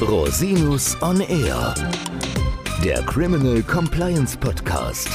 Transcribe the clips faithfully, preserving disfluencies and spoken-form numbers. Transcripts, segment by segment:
Rosinus on Air, der Criminal Compliance Podcast.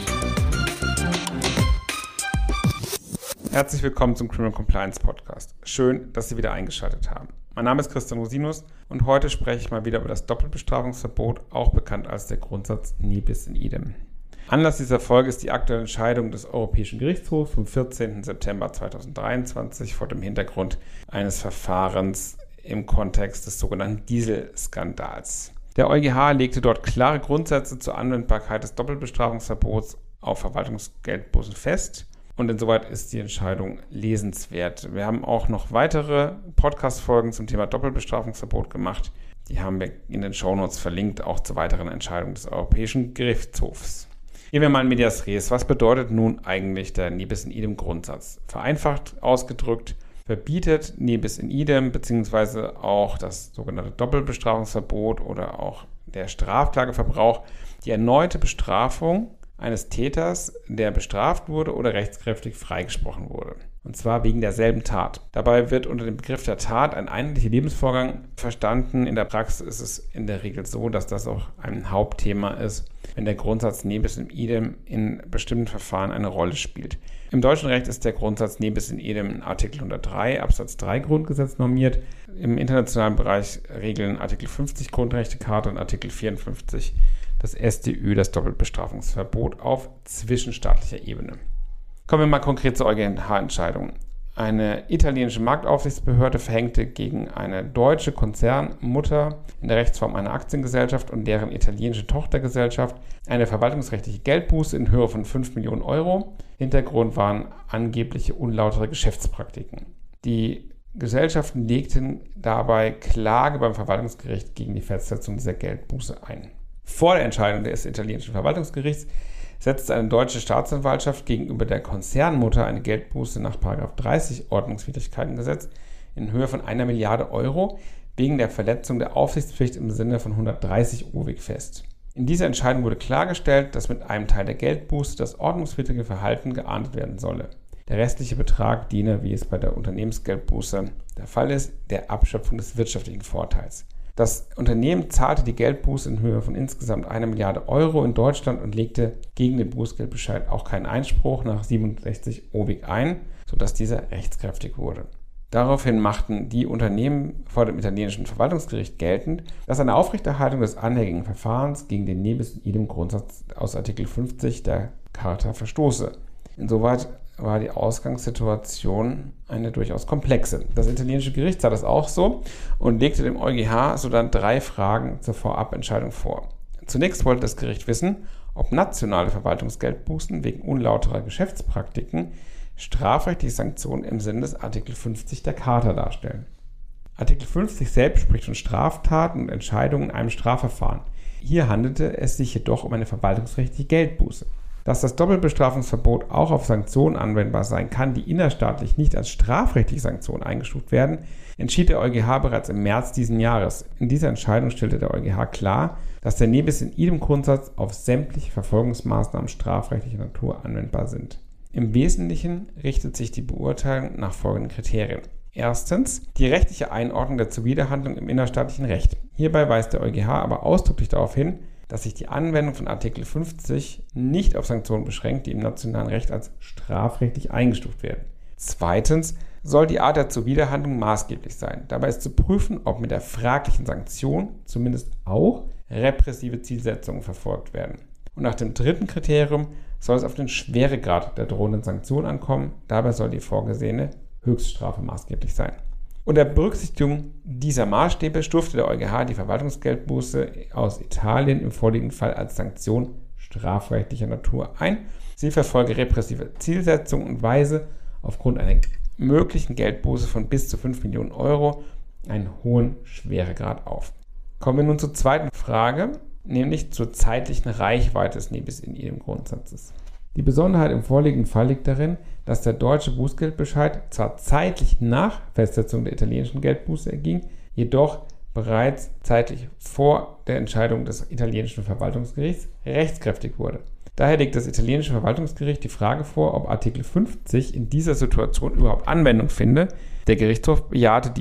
Herzlich willkommen zum Criminal Compliance Podcast. Schön, dass Sie wieder eingeschaltet haben. Mein Name ist Christian Rosinus und heute spreche ich mal wieder über das Doppelbestrafungsverbot, auch bekannt als der Grundsatz ne bis in idem. Anlass dieser Folge ist die aktuelle Entscheidung des Europäischen Gerichtshofs vom vierzehnten September zweitausenddreiundzwanzig vor dem Hintergrund eines Verfahrens im Kontext des sogenannten Dieselskandals. Der EuGH legte dort klare Grundsätze zur Anwendbarkeit des Doppelbestrafungsverbots auf Verwaltungsgeldbußen fest und insoweit ist die Entscheidung lesenswert. Wir haben auch noch weitere Podcast-Folgen zum Thema Doppelbestrafungsverbot gemacht. Die haben wir in den Shownotes verlinkt, auch zu weiteren Entscheidungen des Europäischen Gerichtshofs. Gehen wir mal in medias res. Was bedeutet nun eigentlich der ne bis in idem Grundsatz? Vereinfacht ausgedrückt verbietet ne bis in idem bzw. auch das sogenannte Doppelbestrafungsverbot oder auch der Strafklageverbrauch die erneute Bestrafung eines Täters, der bestraft wurde oder rechtskräftig freigesprochen wurde. Und zwar wegen derselben Tat. Dabei wird unter dem Begriff der Tat ein einheitlicher Lebensvorgang verstanden. In der Praxis ist es in der Regel so, dass das auch ein Hauptthema ist, wenn der Grundsatz ne bis in idem in bestimmten Verfahren eine Rolle spielt. Im deutschen Recht ist der Grundsatz ne bis in idem in Artikel hundertdrei Absatz drei Grundgesetz normiert. Im internationalen Bereich regeln Artikel fünfzig Grundrechtecharta und Artikel vierundfünfzig das S t Ü, das Doppelbestrafungsverbot auf zwischenstaatlicher Ebene. Kommen wir mal konkret zur EuGH-Entscheidung. Eine italienische Marktaufsichtsbehörde verhängte gegen eine deutsche Konzernmutter in der Rechtsform einer Aktiengesellschaft und deren italienische Tochtergesellschaft eine verwaltungsrechtliche Geldbuße in Höhe von fünf Millionen Euro. Hintergrund waren angebliche unlautere Geschäftspraktiken. Die Gesellschaften legten dabei Klage beim Verwaltungsgericht gegen die Festsetzung dieser Geldbuße ein. Vor der Entscheidung des italienischen Verwaltungsgerichts setzte eine deutsche Staatsanwaltschaft gegenüber der Konzernmutter eine Geldbuße nach Paragraph dreißig Ordnungswidrigkeitengesetz in Höhe von einer Milliarde Euro wegen der Verletzung der Aufsichtspflicht im Sinne von hundertdreißig O W I G fest. In dieser Entscheidung wurde klargestellt, dass mit einem Teil der Geldbuße das ordnungswidrige Verhalten geahndet werden solle. Der restliche Betrag diene, wie es bei der Unternehmensgeldbuße der Fall ist, der Abschöpfung des wirtschaftlichen Vorteils. Das Unternehmen zahlte die Geldbuße in Höhe von insgesamt einer Milliarde Euro in Deutschland und legte gegen den Bußgeldbescheid auch keinen Einspruch nach siebenundsechzig O W I G ein, sodass dieser rechtskräftig wurde. Daraufhin machten die Unternehmen vor dem italienischen Verwaltungsgericht geltend, dass eine Aufrechterhaltung des anhängigen Verfahrens gegen den ne bis in idem Grundsatz aus Artikel fünfzig der Charta verstoße. Insoweit war die Ausgangssituation eine durchaus komplexe. Das italienische Gericht sah das auch so und legte dem EuGH sodann drei Fragen zur Vorabentscheidung vor. Zunächst wollte das Gericht wissen, ob nationale Verwaltungsgeldbußen wegen unlauterer Geschäftspraktiken strafrechtliche Sanktionen im Sinne des Artikel fünfzig der Charta darstellen. Artikel fünfzig selbst spricht von Straftaten und Entscheidungen in einem Strafverfahren. Hier handelte es sich jedoch um eine verwaltungsrechtliche Geldbuße. Dass das Doppelbestrafungsverbot auch auf Sanktionen anwendbar sein kann, die innerstaatlich nicht als strafrechtliche Sanktionen eingestuft werden, entschied der EuGH bereits im März diesen Jahres. In dieser Entscheidung stellte der EuGH klar, dass der ne bis in idem Grundsatz auf sämtliche Verfolgungsmaßnahmen strafrechtlicher Natur anwendbar sind. Im Wesentlichen richtet sich die Beurteilung nach folgenden Kriterien. Erstens, die rechtliche Einordnung der Zuwiderhandlung im innerstaatlichen Recht. Hierbei weist der EuGH aber ausdrücklich darauf hin, dass sich die Anwendung von Artikel fünfzig nicht auf Sanktionen beschränkt, die im nationalen Recht als strafrechtlich eingestuft werden. Zweitens soll die Art der Zuwiderhandlung maßgeblich sein. Dabei ist zu prüfen, ob mit der fraglichen Sanktion zumindest auch repressive Zielsetzungen verfolgt werden. Und nach dem dritten Kriterium soll es auf den Schweregrad der drohenden Sanktion ankommen. Dabei soll die vorgesehene Höchststrafe maßgeblich sein. Unter Berücksichtigung dieser Maßstäbe stufte der EuGH die Verwaltungsgeldbuße aus Italien im vorliegenden Fall als Sanktion strafrechtlicher Natur ein. Sie verfolge repressive Zielsetzung und weise aufgrund einer möglichen Geldbuße von bis zu fünf Millionen Euro einen hohen Schweregrad auf. Kommen wir nun zur zweiten Frage, nämlich zur zeitlichen Reichweite des ne bis in idem Grundsatzes. Die Besonderheit im vorliegenden Fall liegt darin, dass der deutsche Bußgeldbescheid zwar zeitlich nach Festsetzung der italienischen Geldbuße erging, jedoch bereits zeitlich vor der Entscheidung des italienischen Verwaltungsgerichts rechtskräftig wurde. Daher legt das italienische Verwaltungsgericht die Frage vor, ob Artikel fünfzig in dieser Situation überhaupt Anwendung finde. Der Gerichtshof bejahte dies.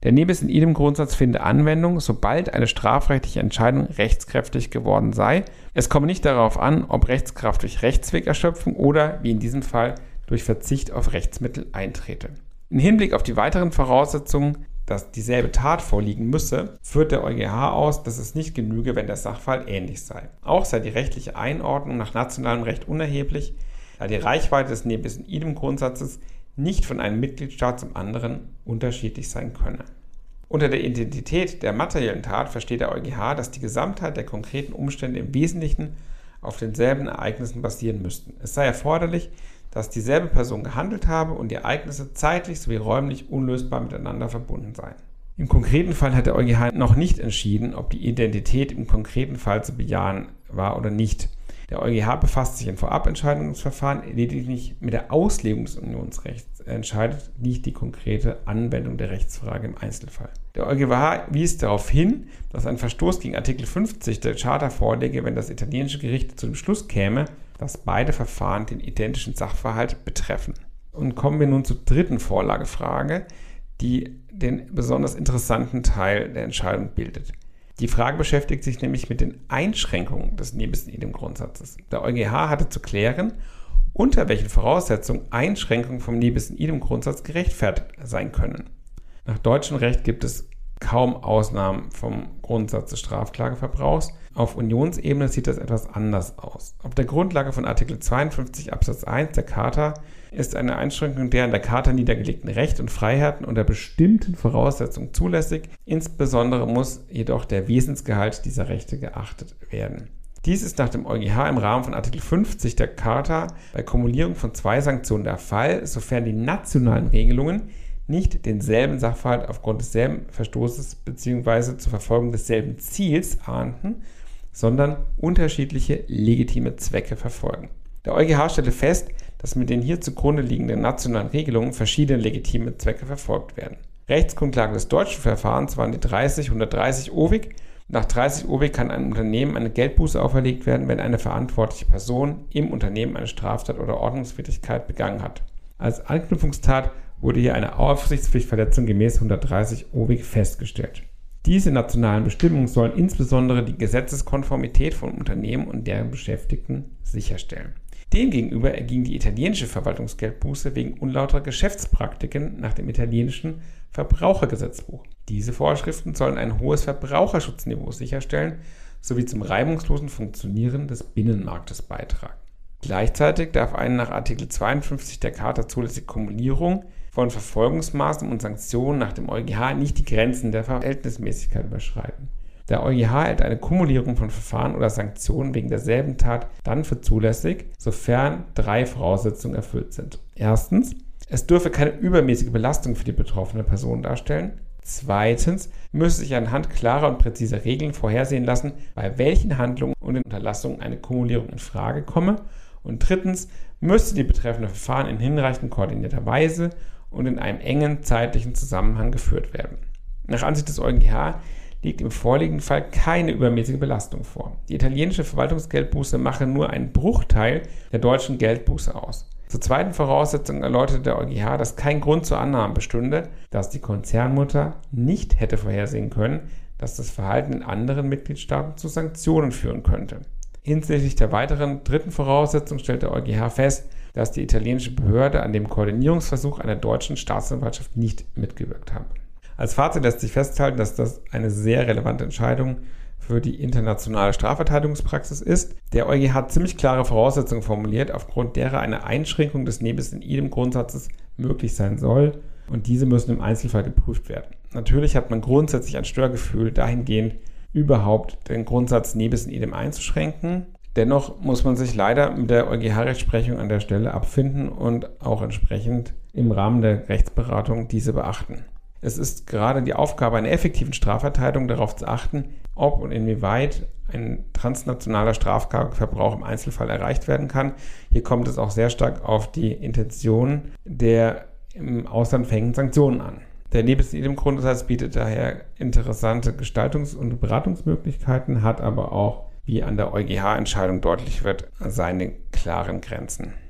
Der Nebis in idem Grundsatz finde Anwendung, sobald eine strafrechtliche Entscheidung rechtskräftig geworden sei. Es komme nicht darauf an, ob Rechtskraft durch Rechtswegerschöpfung oder, wie in diesem Fall, durch Verzicht auf Rechtsmittel eintrete. Im Hinblick auf die weiteren Voraussetzungen, dass dieselbe Tat vorliegen müsse, führt der EuGH aus, dass es nicht genüge, wenn der Sachverhalt ähnlich sei. Auch sei die rechtliche Einordnung nach nationalem Recht unerheblich, da die Reichweite des Nebis in idem Grundsatzes nicht von einem Mitgliedstaat zum anderen unterschiedlich sein könne. Unter der Identität der materiellen Tat versteht der EuGH, dass die Gesamtheit der konkreten Umstände im Wesentlichen auf denselben Ereignissen basieren müssten. Es sei erforderlich, dass dieselbe Person gehandelt habe und die Ereignisse zeitlich sowie räumlich unlösbar miteinander verbunden seien. Im konkreten Fall hat der EuGH noch nicht entschieden, ob die Identität im konkreten Fall zu bejahen war oder nicht. Der EuGH befasst sich in Vorabentscheidungsverfahren lediglich mit der Auslegung des Unionsrechts. Er entscheidet nicht die konkrete Anwendung der Rechtsfrage im Einzelfall. Der EuGH wies darauf hin, dass ein Verstoß gegen Artikel fünfzig der Charta vorläge, wenn das italienische Gericht zu dem Schluss käme, dass beide Verfahren den identischen Sachverhalt betreffen. Und kommen wir nun zur dritten Vorlagefrage, die den besonders interessanten Teil der Entscheidung bildet. Die Frage beschäftigt sich nämlich mit den Einschränkungen des Nebis in idem Grundsatzes. Der EuGH hatte zu klären, unter welchen Voraussetzungen Einschränkungen vom Nebis in idem Grundsatz gerechtfertigt sein können. Nach deutschem Recht gibt es kaum Ausnahmen vom Grundsatz des Strafklageverbrauchs. Auf Unionsebene sieht das etwas anders aus. Auf der Grundlage von Artikel zweiundfünfzig Absatz eins der Charta ist eine Einschränkung der in der Charta niedergelegten Rechte und Freiheiten unter bestimmten Voraussetzungen zulässig. Insbesondere muss jedoch der Wesensgehalt dieser Rechte geachtet werden. Dies ist nach dem EuGH im Rahmen von Artikel fünfzig der Charta bei Kumulierung von zwei Sanktionen der Fall, sofern die nationalen Regelungen nicht denselben Sachverhalt aufgrund desselben Verstoßes bzw. zur Verfolgung desselben Ziels ahnden, sondern unterschiedliche legitime Zwecke verfolgen. Der EuGH stellte fest, dass mit den hier zugrunde liegenden nationalen Regelungen verschiedene legitime Zwecke verfolgt werden. Rechtsgrundlage des deutschen Verfahrens waren die dreißig hundertdreißig O W I G. Nach dreißig O W I G kann einem Unternehmen eine Geldbuße auferlegt werden, wenn eine verantwortliche Person im Unternehmen eine Straftat oder Ordnungswidrigkeit begangen hat. Als Anknüpfungstat wurde hier eine Aufsichtspflichtverletzung gemäß hundertdreißig O W I G festgestellt. Diese nationalen Bestimmungen sollen insbesondere die Gesetzeskonformität von Unternehmen und deren Beschäftigten sicherstellen. Demgegenüber erging die italienische Verwaltungsgeldbuße wegen unlauterer Geschäftspraktiken nach dem italienischen Verbrauchergesetzbuch. Diese Vorschriften sollen ein hohes Verbraucherschutzniveau sicherstellen sowie zum reibungslosen Funktionieren des Binnenmarktes beitragen. Gleichzeitig darf eine nach Artikel zweiundfünfzig der Charta zulässige Kumulierung von Verfolgungsmaßnahmen und Sanktionen nach dem EuGH nicht die Grenzen der Verhältnismäßigkeit überschreiten. Der EuGH hält eine Kumulierung von Verfahren oder Sanktionen wegen derselben Tat dann für zulässig, sofern drei Voraussetzungen erfüllt sind. Erstens, es dürfe keine übermäßige Belastung für die betroffene Person darstellen. Zweitens, müsse sich anhand klarer und präziser Regeln vorhersehen lassen, bei welchen Handlungen und Unterlassungen eine Kumulierung in Frage komme. Und drittens, müsste die betreffende Verfahren in hinreichend koordinierter Weise und in einem engen zeitlichen Zusammenhang geführt werden. Nach Ansicht des EuGH liegt im vorliegenden Fall keine übermäßige Belastung vor. Die italienische Verwaltungsgeldbuße mache nur einen Bruchteil der deutschen Geldbuße aus. Zur zweiten Voraussetzung erläuterte der EuGH, dass kein Grund zur Annahme bestünde, dass die Konzernmutter nicht hätte vorhersehen können, dass das Verhalten in anderen Mitgliedstaaten zu Sanktionen führen könnte. Hinsichtlich der weiteren dritten Voraussetzung stellt der EuGH fest, dass die italienische Behörde an dem Koordinierungsversuch einer deutschen Staatsanwaltschaft nicht mitgewirkt habe. Als Fazit lässt sich festhalten, dass das eine sehr relevante Entscheidung für die internationale Strafverteidigungspraxis ist. Der EuGH hat ziemlich klare Voraussetzungen formuliert, aufgrund derer eine Einschränkung des Nebis in idem Grundsatzes möglich sein soll, und diese müssen im Einzelfall geprüft werden. Natürlich hat man grundsätzlich ein Störgefühl dahingehend, überhaupt den Grundsatz Nebis in idem einzuschränken. Dennoch muss man sich leider mit der EuGH-Rechtsprechung an der Stelle abfinden und auch entsprechend im Rahmen der Rechtsberatung diese beachten. Es ist gerade die Aufgabe einer effektiven Strafverteidigung, darauf zu achten, ob und inwieweit ein transnationaler Strafverbrauch im Einzelfall erreicht werden kann. Hier kommt es auch sehr stark auf die Intention der im Ausland fängenden Sanktionen an. Der Nebis in idem Grundsatz bietet daher interessante Gestaltungs- und Beratungsmöglichkeiten, hat aber auch, wie an der EuGH-Entscheidung deutlich wird, seine klaren Grenzen.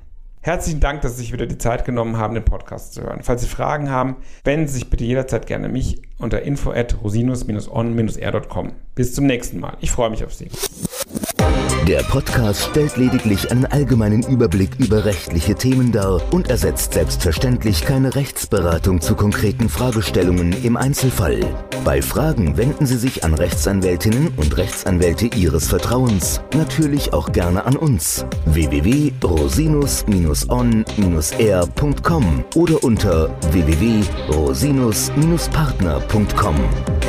Herzlichen Dank, dass Sie sich wieder die Zeit genommen haben, den Podcast zu hören. Falls Sie Fragen haben, wenden Sie sich bitte jederzeit gerne an mich unter info at rosinus on air dot com. Bis zum nächsten Mal. Ich freue mich auf Sie. Der Podcast stellt lediglich einen allgemeinen Überblick über rechtliche Themen dar und ersetzt selbstverständlich keine Rechtsberatung zu konkreten Fragestellungen im Einzelfall. Bei Fragen wenden Sie sich an Rechtsanwältinnen und Rechtsanwälte Ihres Vertrauens, natürlich auch gerne an uns. w w w punkt rosinus on air punkt com oder unter w w w punkt rosinus partner punkt com.